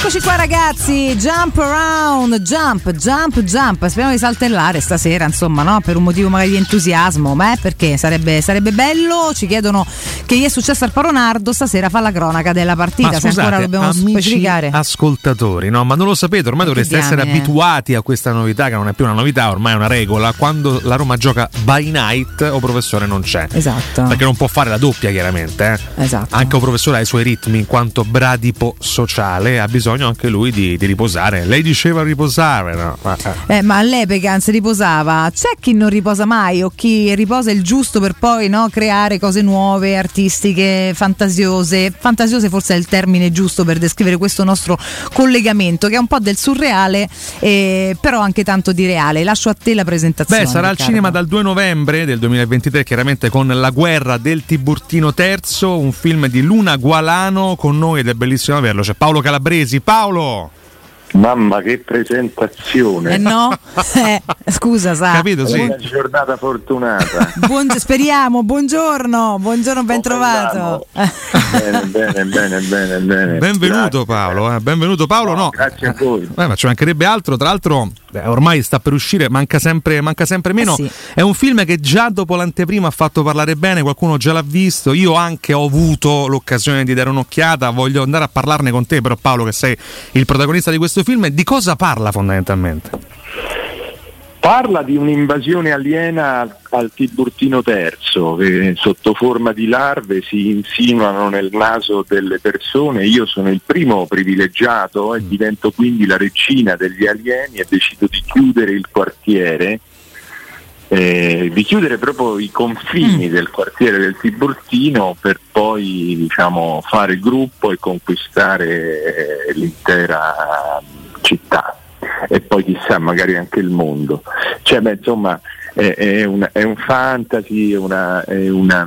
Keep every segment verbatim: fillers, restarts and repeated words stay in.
Eccoci qua ragazzi, jump around, jump, jump, jump. Speriamo di saltellare stasera, insomma, no? Per un motivo magari di entusiasmo, ma è perché sarebbe, sarebbe bello. Ci chiedono che gli è successo al Paronardo, stasera fa la cronaca della partita. Ma scusate, se ancora dobbiamo amici specificare. Ascoltatori, no? Ma non lo sapete, ormai dovreste essere abituati a questa novità, che non è più una novità, ormai è una regola. Quando la Roma gioca by night, o professore non c'è. Esatto. Perché non può fare la doppia, chiaramente. Eh? Esatto. Anche un professore ha i suoi ritmi in quanto bradipo sociale, ha bisogno anche lui di, di riposare. Lei diceva riposare, no? Eh, ma all'epoca si riposava. C'è chi non riposa mai o chi riposa il giusto per poi, no, creare cose nuove, artistiche, fantasiose. Fantasiose forse è il termine giusto per descrivere questo nostro collegamento, che è un po' del surreale, eh, però anche tanto di reale. Lascio a te la presentazione. Beh, sarà Riccardo. al cinema dal due novembre del duemilaventitré, chiaramente con La guerra del Tiburtino terzo, un film di Luna Gualano. Con noi ed è bellissimo averlo, c'è Paolo Calabresi. Paolo! Mamma, che presentazione! Eh no? Eh, scusa, sa. Capito, sì. È una giornata fortunata. Buon, speriamo, buongiorno, buongiorno, ben trovato. Bene, bene, bene, bene, bene. Benvenuto. Grazie. Paolo, eh. benvenuto Paolo. No, grazie a voi. Eh, ma ci mancherebbe altro, tra l'altro beh, ormai sta per uscire, manca sempre, manca sempre meno. Eh sì. È un film che già dopo l'anteprima ha fatto parlare bene, qualcuno già l'ha visto, io anche ho avuto l'occasione di dare un'occhiata, voglio andare a parlarne con te però Paolo, che sei il protagonista di questo film. Di cosa parla fondamentalmente? Parla di un'invasione aliena al Tiburtino terzo, che sotto forma di larve si insinuano nel naso delle persone. Io sono il primo privilegiato e divento quindi la regina degli alieni e decido di chiudere il quartiere, eh, di chiudere proprio i confini del quartiere del Tiburtino per poi, diciamo, fare gruppo e conquistare eh, l'intera città e poi chissà magari anche il mondo. Cioè, beh, insomma è, è, un, è un fantasy, è, una, è, una,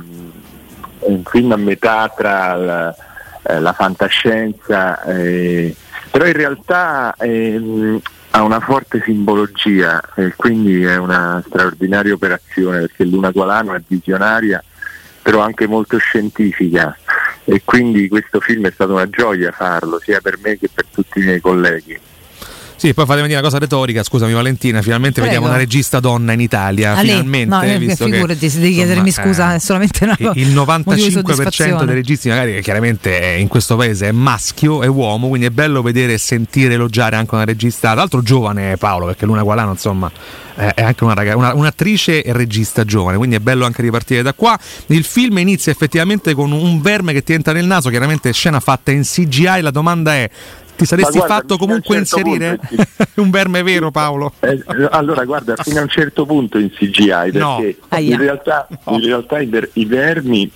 è un film a metà tra la, eh, la fantascienza, eh, però in realtà eh, ha una forte simbologia e eh, quindi è una straordinaria operazione, perché Luna Gualano è visionaria però anche molto scientifica e quindi questo film è stata una gioia farlo sia per me che per tutti i miei colleghi. Sì, poi fatemi dire una cosa retorica, scusami Valentina, finalmente Prego. Vediamo una regista donna in Italia, A finalmente, no, eh, visto figurati, che, se devi chiedermi insomma, scusa, eh, è solamente una cosa. Il novantacinque per cento dei registi magari chiaramente è, in questo paese è maschio, è uomo, quindi è bello vedere e sentire elogiare anche una regista, tra l'altro giovane Paolo, perché Luna Gualano insomma è anche una ragazza, una, un'attrice e regista giovane, quindi è bello anche ripartire da qua. Il film inizia effettivamente con un verme che ti entra nel naso, chiaramente scena fatta in C G I, la domanda è: ti saresti guarda, fatto comunque certo inserire punto, un verme vero, Paolo? Eh, allora guarda, fino a un certo punto in C G I, perché no. in realtà, in realtà i, ver- i vermi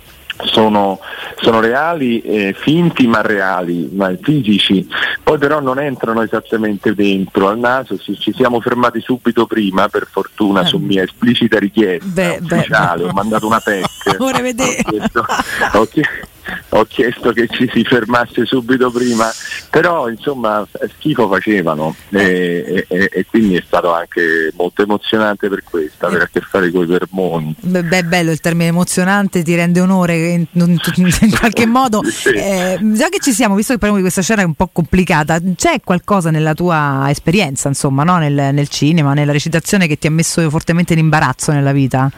sono, sono reali, eh, finti ma reali, ma fisici, poi però non entrano esattamente dentro al naso. Ci, ci siamo fermati subito prima, per fortuna, eh. su mia esplicita richiesta beh, ufficiale, beh. Ho mandato una P E C. Ora vedete. Ho chiesto, ho chiesto, ho chiesto che ci si fermasse subito prima, però insomma schifo facevano e, e, e quindi è stato anche molto emozionante per questo, avere a che fare con i vermoni. Beh, beh, bello il termine emozionante, ti rende onore in, in, in qualche modo. Sì. Eh, già che ci siamo, visto che parliamo di questa scena è un po' complicata, c'è qualcosa nella tua esperienza, insomma, no? nel, nel cinema, nella recitazione, che ti ha messo fortemente in imbarazzo nella vita?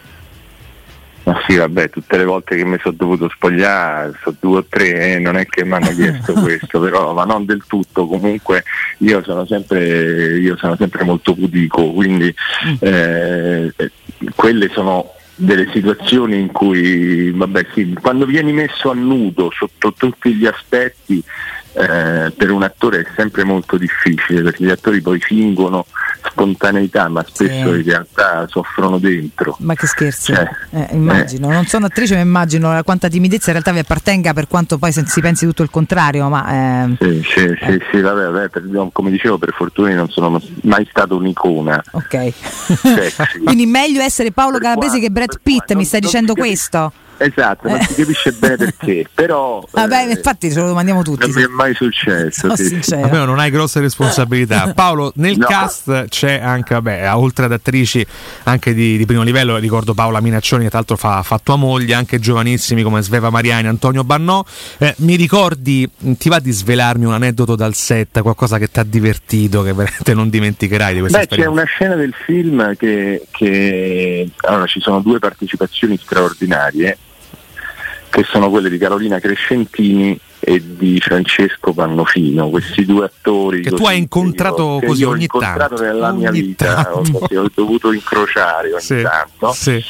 Ma sì, vabbè, tutte le volte che mi sono dovuto spogliare, sono due o tre, eh, non è che mi hanno chiesto questo, però, ma non del tutto. Comunque io sono sempre, io sono sempre molto pudico, quindi eh, quelle sono delle situazioni in cui, vabbè, sì, quando vieni messo a nudo sotto tutti gli aspetti, eh, per un attore è sempre molto difficile, perché gli attori poi fingono spontaneità, ma spesso sì. in realtà soffrono dentro. Ma che scherzi, cioè, eh, immagino, eh. non sono attrice, ma immagino quanta timidezza in realtà vi appartenga, per quanto poi si pensi tutto il contrario. Ma eh, sì, sì, eh. sì, sì, vabbè, vabbè, per, come dicevo, per fortuna non sono mai stato un'icona. Ok. Quindi meglio essere Paolo Calabresi che Brad Pitt, mi stai dicendo questo? Esatto, non si capisce bene perché, però vabbè, eh, infatti ce lo domandiamo tutti. Non mi è mai successo. Sì, sì. Vabbè, non hai grosse responsabilità. Paolo, nel no. cast c'è anche, vabbè, oltre ad attrici anche di, di primo livello, ricordo Paola Minaccioni, che tra l'altro fa, fa tua moglie, anche giovanissimi come Sveva Mariani, Antonio Bannò. Eh, mi ricordi, ti va di svelarmi un aneddoto dal set, qualcosa che ti ha divertito, che veramente non dimenticherai di questa Beh, esperienza? C'è una scena del film che, che allora ci sono due partecipazioni straordinarie, che sono quelle di Carolina Crescentini e di Francesco Pannofino, questi due attori che tu hai incontrato io, così io ogni ho incontrato tanto nella ogni mia vita, ho, ho dovuto incrociare ogni sì, tanto sì.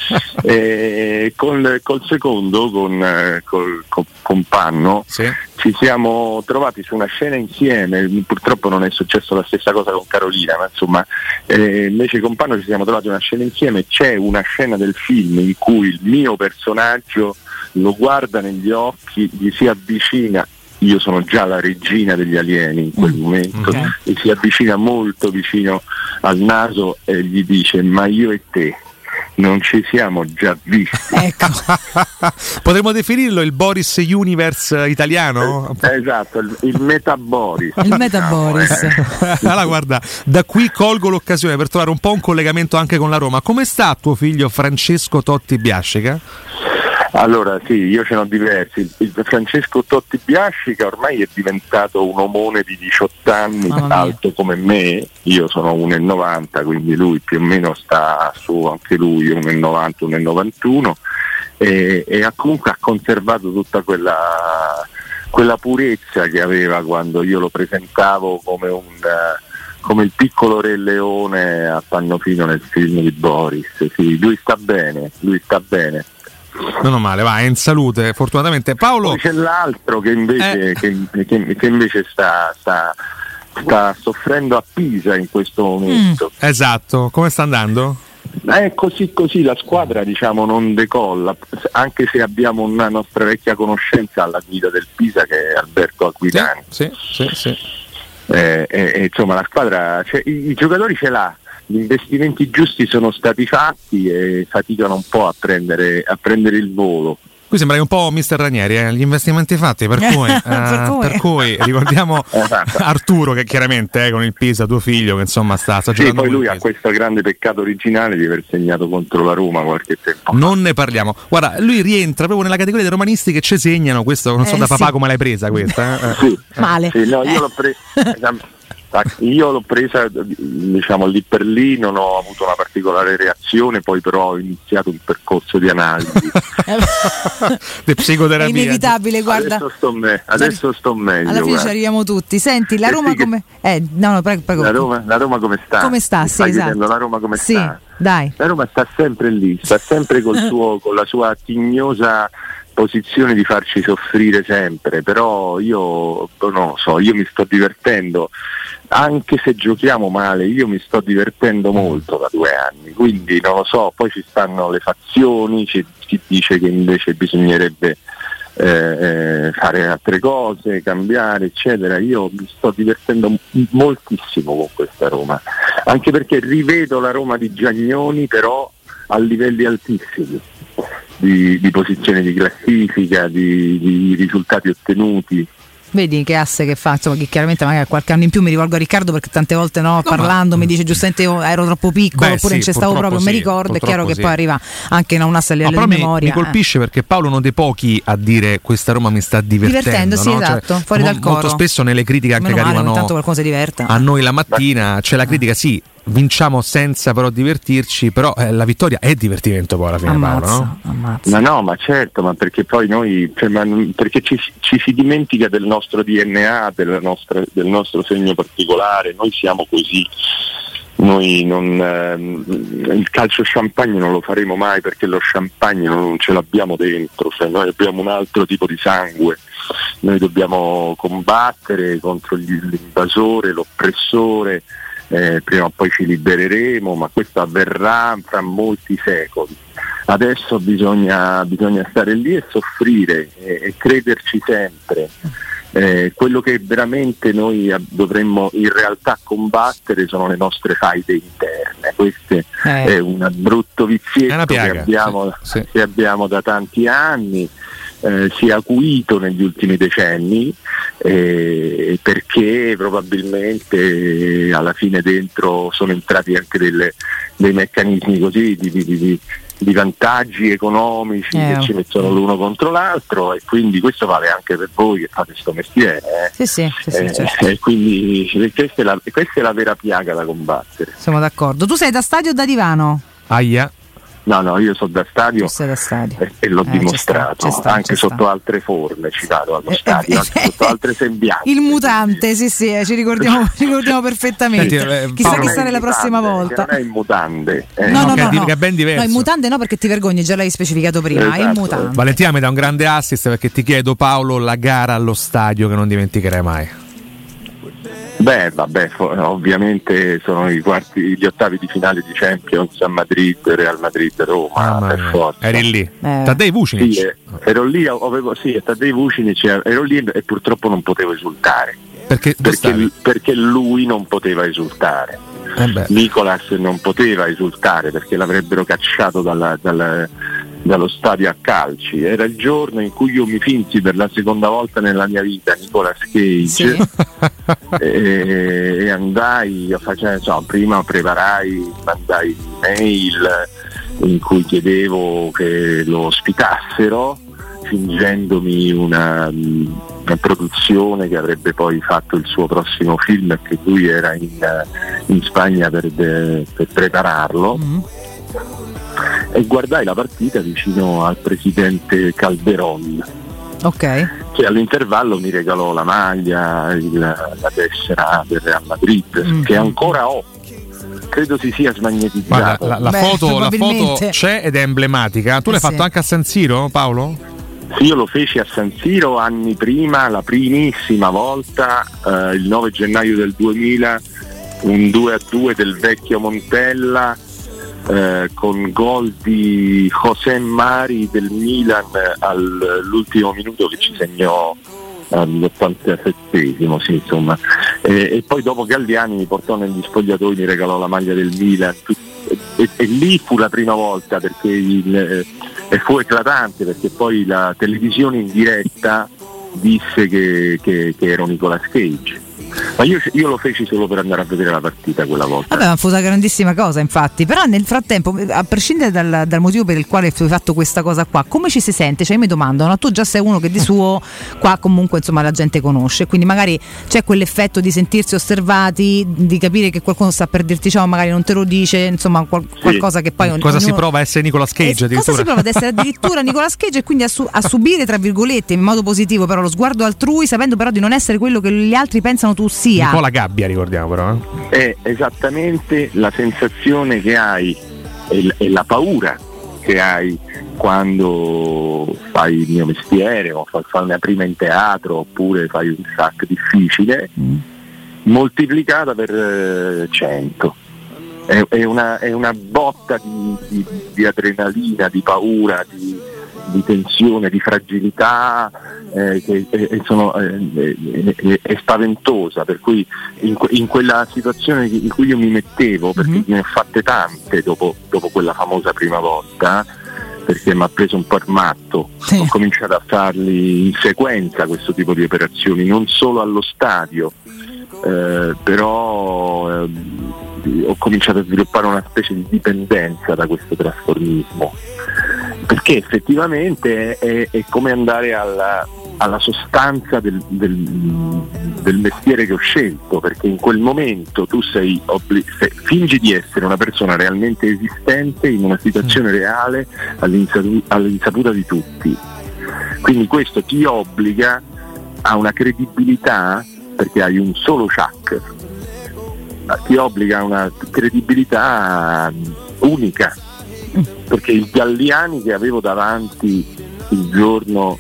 E col, col secondo con, col, con, con Panno sì. ci siamo trovati su una scena insieme, purtroppo non è successo la stessa cosa con Carolina, ma insomma eh, invece con Panno ci siamo trovati una scena insieme. C'è una scena del film in cui il mio personaggio lo guarda negli occhi, gli si avvicina, io sono già la regina degli alieni in quel momento, okay. E si avvicina molto vicino al naso e gli dice: ma io e te non ci siamo già visti. Ecco. Potremmo definirlo il Boris Universe italiano? Eh, esatto, il, il Metaboris. Il Metaboris. Eh. Allora guarda, da qui colgo l'occasione per trovare un po' un collegamento anche con la Roma. Come sta tuo figlio Francesco Totti Biascica? Allora sì, io ce n'ho diversi. Il Francesco Totti Biascica ormai è diventato un omone di diciotto anni, alto come me, io sono uno e novanta, quindi lui più o meno sta su anche lui uno e novanta, uno e novantuno, e, e ha comunque ha conservato tutta quella, quella purezza che aveva quando io lo presentavo come un come il piccolo Re Leone a Pannofino nel film di Boris. Sì, lui sta bene, lui sta bene. Non male, va, è in salute fortunatamente. Paolo. Poi c'è l'altro che invece, eh. che, che, che invece sta, sta, sta soffrendo a Pisa in questo momento. Mm. Esatto, come sta andando? È così così, la squadra diciamo non decolla, anche se abbiamo una nostra vecchia conoscenza alla guida del Pisa che è Alberto Aquilani. Sì, sì, sì, sì. Eh, eh, insomma la squadra, cioè, i, i giocatori ce l'ha. Gli investimenti giusti sono stati fatti e faticano un po' a prendere, a prendere il volo. Qui sembra un po' mister Ranieri, eh? Gli investimenti fatti, per cui, eh, per, cui. per cui ricordiamo esatto. Arturo che chiaramente è eh, con il Pisa, tuo figlio, che insomma sta, sta sì, giocando. Poi lui ha questo grande peccato originale di aver segnato contro la Roma qualche tempo fa. Non ne parliamo. Guarda, lui rientra proprio nella categoria dei romanisti che ci segnano, questo non so eh, da papà sì. come l'hai presa questa. Eh? Sì. Male. Sì, no, io l'ho presa. Io l'ho presa diciamo lì per lì, non ho avuto una particolare reazione, poi però ho iniziato un percorso di analisi di psicoterapia. Inevitabile, guarda. Adesso sto, me- adesso sto meglio. Alla fine guarda. Ci arriviamo tutti. Senti, la Roma come eh no, no, prego, prego. La Roma, la Roma come sta? Come sta? Mi sì, stai esatto. chiedendo la Roma come sì, sta? Dai. La Roma sta sempre lì, sta sempre col suo, con la sua tignosa posizione di farci soffrire sempre, però io non lo so, io mi sto divertendo, anche se giochiamo male, io mi sto divertendo molto da due anni, quindi non lo so, poi ci stanno le fazioni, c'è chi dice che invece bisognerebbe eh, eh, fare altre cose, cambiare eccetera. Io mi sto divertendo m- moltissimo con questa Roma, anche perché rivedo la Roma di Giagnoni però a livelli altissimi di, di posizione di classifica, di, di risultati ottenuti. Vedi che asse che fa, insomma, che chiaramente magari qualche anno in più. Mi rivolgo a Riccardo perché tante volte no, no parlando ma... mi dice giustamente io ero troppo piccolo, Beh, oppure sì, non c'è stato proprio, sì, mi ricordo, è chiaro che sì. poi arriva anche una, un asse a livello no, di mi, memoria. Mi colpisce eh. perché Paolo è uno dei pochi a dire questa Roma mi sta divertendo. Divertendo, sì, no? esatto, cioè, fuori mo- dal coro. Molto spesso nelle critiche anche Meno che male, arrivano qualcosa si diverta. a noi la mattina c'è la critica, sì, vinciamo senza però divertirci, però eh, la vittoria è divertimento poi alla fine. Ammazza, Paolo, no? ammazza. Ma no, ma certo, ma perché poi noi, cioè, ma, perché ci, ci si dimentica del nostro D N A, del nostro, del nostro segno particolare, noi siamo così. Noi non, ehm, il calcio champagne non lo faremo mai perché lo champagne non ce l'abbiamo dentro, cioè noi abbiamo un altro tipo di sangue, noi dobbiamo combattere contro gli, l'invasore, l'oppressore. Eh, prima o poi ci libereremo, ma questo avverrà fra molti secoli. Adesso bisogna, bisogna stare lì e soffrire e, e crederci sempre, Eh, quello che veramente noi dovremmo in realtà combattere sono le nostre faide interne. Questo eh. è un brutto vizietto che abbiamo, sì, sì. che abbiamo da tanti anni, eh, si è acuito negli ultimi decenni, eh, perché probabilmente alla fine dentro sono entrati anche delle, dei meccanismi così di, di, di di vantaggi economici eh. che ci mettono l'uno contro l'altro, e quindi questo vale anche per voi che fate questo mestiere, eh. sì, sì, sì, sì, eh, certo. E questa è, la, questa è la vera piaga da combattere. Siamo d'accordo. Tu sei da stadio o da divano? Aia. No, no, io sono da stadio, da stadio. E, e l'ho eh, dimostrato, c'è sta, c'è sta, anche c'è sotto sta. altre forme, citato allo eh, stadio, eh, anche eh, sotto altre sembianze. Il mutante, sì, sì, eh, ci ricordiamo, ci ricordiamo perfettamente. Senti, eh, chissà chi sarà la prossima volta. Non è il mutante. Eh. No, no, no, no, no. Che è ben diverso. No, il mutante no, perché ti vergogni, già l'hai specificato prima. Esatto. È il mutante. Valentina mi dà un grande assist, perché ti chiedo, Paolo, la gara allo stadio che non dimenticherai mai. Beh, vabbè, ovviamente sono i quarti, gli ottavi di finale di Champions a Madrid, Real Madrid, Roma, ah, per forza. Eri lì? Eh. Tadej Vucinic? Sì, eh, ero lì, avevo, sì, Tadej Vucinic, ero lì e purtroppo non potevo esultare. Perché, perché, perché lui non poteva esultare. Eh Nicolas non poteva esultare perché l'avrebbero cacciato dalla, dalla, dallo stadio a calci. Era il giorno in cui io mi finsi per la seconda volta nella mia vita Nicolas Cage, sì. e, e andai a facendo, insomma, prima preparai, mandai mail in cui chiedevo che lo ospitassero, fingendomi una, una produzione che avrebbe poi fatto il suo prossimo film e che lui era in, in Spagna per, de, per prepararlo. Mm-hmm. E guardai la partita vicino al presidente Calderón, okay. che all'intervallo mi regalò la maglia, il, la tessera del Real Madrid, mm-hmm. che ancora ho. Credo si sia smagnetizzato. La, la, la, Beh, foto, la foto c'è ed è emblematica. Tu eh l'hai sì. fatto anche a San Siro, Paolo? Sì, io lo feci a San Siro anni prima, la primissima volta, eh, il nove gennaio del duemila, un due a due del vecchio Montella, eh, con gol di José Mari del Milan all'ultimo minuto che ci segnò all'ottantasettesimo, sì, insomma. E, e poi dopo Galliani mi portò negli spogliatoi, mi regalò la maglia del Milan, e, e, e lì fu la prima volta, perché il, eh, e fu eclatante, perché poi la televisione in diretta disse che, che, che ero Nicolas Cage. Ma io, io lo feci solo per andare a vedere la partita quella volta. Vabbè, fu una grandissima cosa, infatti. Però nel frattempo, a prescindere dal, dal motivo per il quale tu hai fatto questa cosa qua, come ci si sente? Cioè, io mi domando, no? Tu già sei uno che di suo qua comunque insomma la gente conosce, quindi magari c'è quell'effetto di sentirsi osservati, di capire che qualcuno sta per dirti ciao, magari non te lo dice, insomma qual- sì. qualcosa che poi cosa ognuno... si prova a essere Nicolas Cage? Eh, cosa si prova ad essere addirittura Nicolas Cage, e quindi a, su- a subire tra virgolette in modo positivo però lo sguardo altrui, sapendo però di non essere quello che gli altri pensano tu sia. Nicola Gabbia, ricordiamo però. Eh? È esattamente la sensazione che hai e, e la paura che hai quando fai il mio mestiere o fai, fai una prima in teatro oppure fai un sac difficile, mm. moltiplicata per cento. È, è, una, è una botta di, di, di adrenalina, di paura, di, di tensione, di fragilità, eh, che eh, sono, eh, eh, è spaventosa, per cui in, in quella situazione in cui io mi mettevo, perché mm-hmm. ne ho fatte tante dopo, dopo quella famosa prima volta, perché mi ha preso un po' il matto, sì. ho cominciato a farli in sequenza questo tipo di operazioni, non solo allo stadio, eh, però eh, ho cominciato a sviluppare una specie di dipendenza da questo trasformismo, perché effettivamente è, è come andare alla, alla sostanza del, del, del mestiere che ho scelto, perché in quel momento tu sei, obbli- sei fingi di essere una persona realmente esistente in una situazione reale all'insapu- all'insaputa di tutti, quindi questo ti obbliga a una credibilità, perché hai un solo Chuck, ti obbliga a una credibilità unica, perché il Galliani che avevo davanti il giorno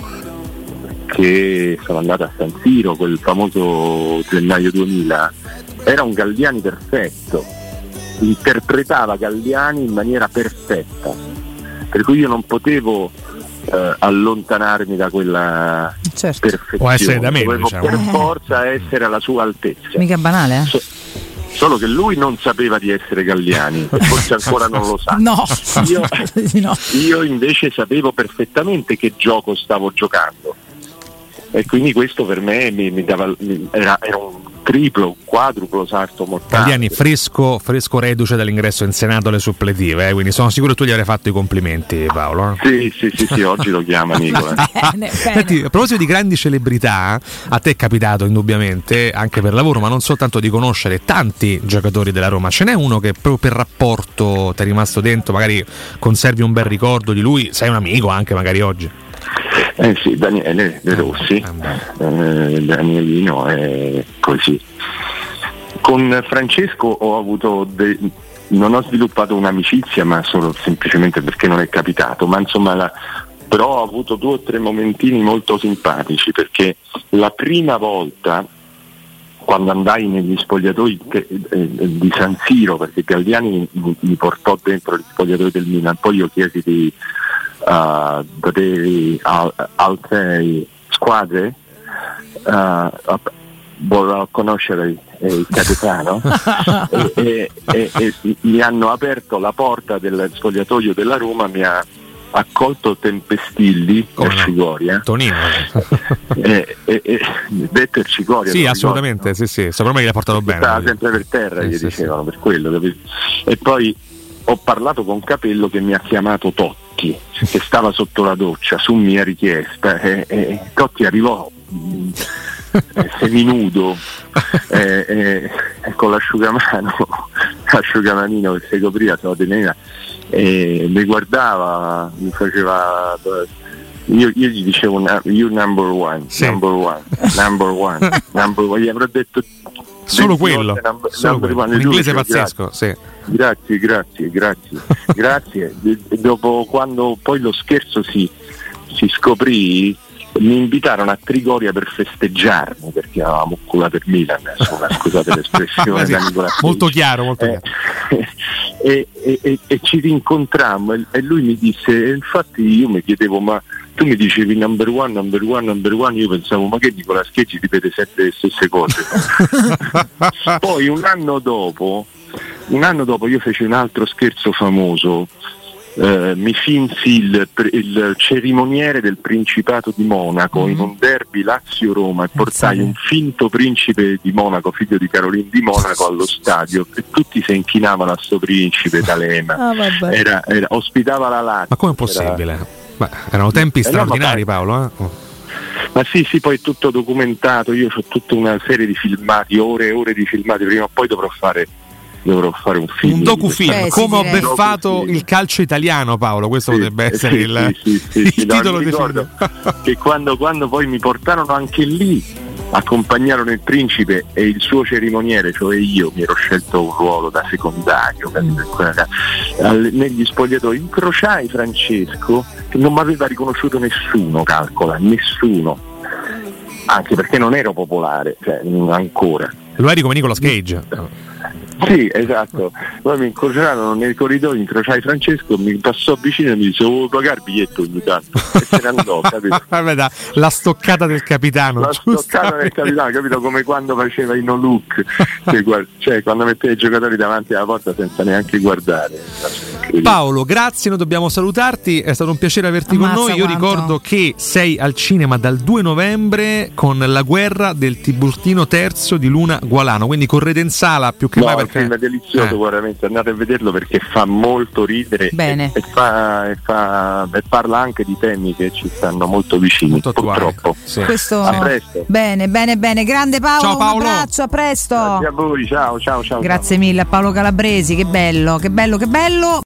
che sono andato a San Siro, quel famoso gennaio duemila, era un Galliani perfetto, interpretava Galliani in maniera perfetta, per cui io non potevo eh, allontanarmi da quella, certo. perfezione. Può essere da me, dovevo diciamo. per forza essere alla sua altezza. Mica banale, eh? So- Solo che lui non sapeva di essere Galliani, e forse ancora non lo sa. No. Io, no. io invece sapevo perfettamente che gioco stavo giocando. E quindi questo per me mi, mi dava, mi, era, era un triplo, un quadruplo salto mortale. Galliani fresco, fresco reduce dall'ingresso in Senato alle suppletive, eh, quindi sono sicuro che tu gli avrai fatto i complimenti, Paolo. Sì, sì, sì, sì, oggi lo chiama Nicola. bene, bene. Senti, a proposito di grandi celebrità, a te è capitato indubbiamente, anche per lavoro, ma non soltanto di conoscere tanti giocatori della Roma. Ce n'è uno che proprio per rapporto ti è rimasto dentro, magari conservi un bel ricordo di lui, sei un amico anche magari oggi? Eh sì, Daniele De Rossi, eh, Danielino è così. Con Francesco ho avuto de- non ho sviluppato un'amicizia, ma solo semplicemente perché non è capitato, ma insomma la, però ho avuto due o tre momentini molto simpatici, perché la prima volta quando andai negli spogliatoi te- eh, di San Siro, perché Galliani mi, mi portò dentro gli spogliatoi del Milan, poi io chiesi di Uh, potevi al, altre squadre uh, volevo conoscere il capitano e, e, e, e mi hanno aperto la porta del spogliatoio della Roma, mi ha accolto Tempestilli Come per no? Cigoria Tonino e, e, e detto il Cigoria sì, assolutamente, sì, sì, secondo me che l'ha portato bene, stava sempre per terra, eh, gli sì, dicevano, sì. per quello, capito? E poi ho parlato con Capello che mi ha chiamato Totti, che stava sotto la doccia su mia richiesta, e, e Totti arrivò mh, seminudo e, e, e con l'asciugamano asciugamanino che si copriva, se lo teneva, e mi guardava, mi faceva, io, io gli dicevo you number one, sì. number one, number one, number one, gli avrò detto solo quello, number, solo number quello. One, Un inglese lui, pazzesco, grazie. sì. Grazie, grazie, grazie, grazie. E dopo, quando poi lo scherzo si, si scoprì, mi invitarono a Trigoria per festeggiarmi, perché avevamo culato il Milan, insomma, scusate l'espressione, sì, da Nicola molto chiaro, molto eh, chiaro. E, e, e, e ci rincontrammo e, e lui mi disse, e infatti io mi chiedevo, ma tu mi dicevi number one, number one, number one, io pensavo, ma che Nicola Scheggi ripete sempre le stesse cose. Poi un anno dopo un anno dopo io feci un altro scherzo famoso, eh, mi finsi il, il cerimoniere del Principato di Monaco mm-hmm. in un derby Lazio-Roma e portai un finto principe di Monaco, figlio di Caroline di Monaco, allo stadio e tutti si inchinavano a sto principe D'Alema. Ah, era, era, ospitava la Lazio. Ma com'è possibile? Era... Beh, erano tempi eh straordinari, no, Paolo, eh? Oh. Ma sì, sì, poi è tutto documentato, io ho tutta una serie di filmati, ore e ore di filmati, prima o poi dovrò fare dovrò fare un film, un docufilm, eh, come sì, ho beffato il calcio italiano, Paolo, questo sì, potrebbe essere sì, il, sì, sì, il sì, titolo di film. Che quando, quando poi mi portarono anche lì, accompagnarono il principe e il suo cerimoniere, cioè io mi ero scelto un ruolo da secondario mm. negli spogliatoi, incrociai Francesco che non mi aveva riconosciuto nessuno, calcola, nessuno, anche perché non ero popolare, cioè ancora. Lo eri come Nicolas Cage. Sì, esatto. Poi mi incrociarono nei corridoi, incrociai Francesco, mi passò vicino e mi disse vuoi pagare il biglietto ogni tanto e se ne andò, capito? Vabbè, la stoccata del capitano. La stoccata del capitano, capito? Come quando faceva i no look, cioè quando metteva i giocatori davanti alla porta senza neanche guardare. Paolo, grazie, noi dobbiamo salutarti, è stato un piacere averti Ammazza con noi. Io quanto. ricordo che sei al cinema dal due novembre con La guerra del Tiburtino terzo di Luna Gualano, quindi correte in sala più che no, mai perché perché è delizioso, eh. veramente, andate a vederlo perché fa molto ridere e, e, fa, e, fa, e parla anche di temi che ci stanno molto vicini, molto purtroppo. Sì. Questo... A presto. Bene, bene, bene, grande Paolo, ciao, Paolo. Un abbraccio, a presto. Grazie a voi, ciao, ciao, ciao. Grazie mille a Paolo Calabresi, che bello, che bello, che bello.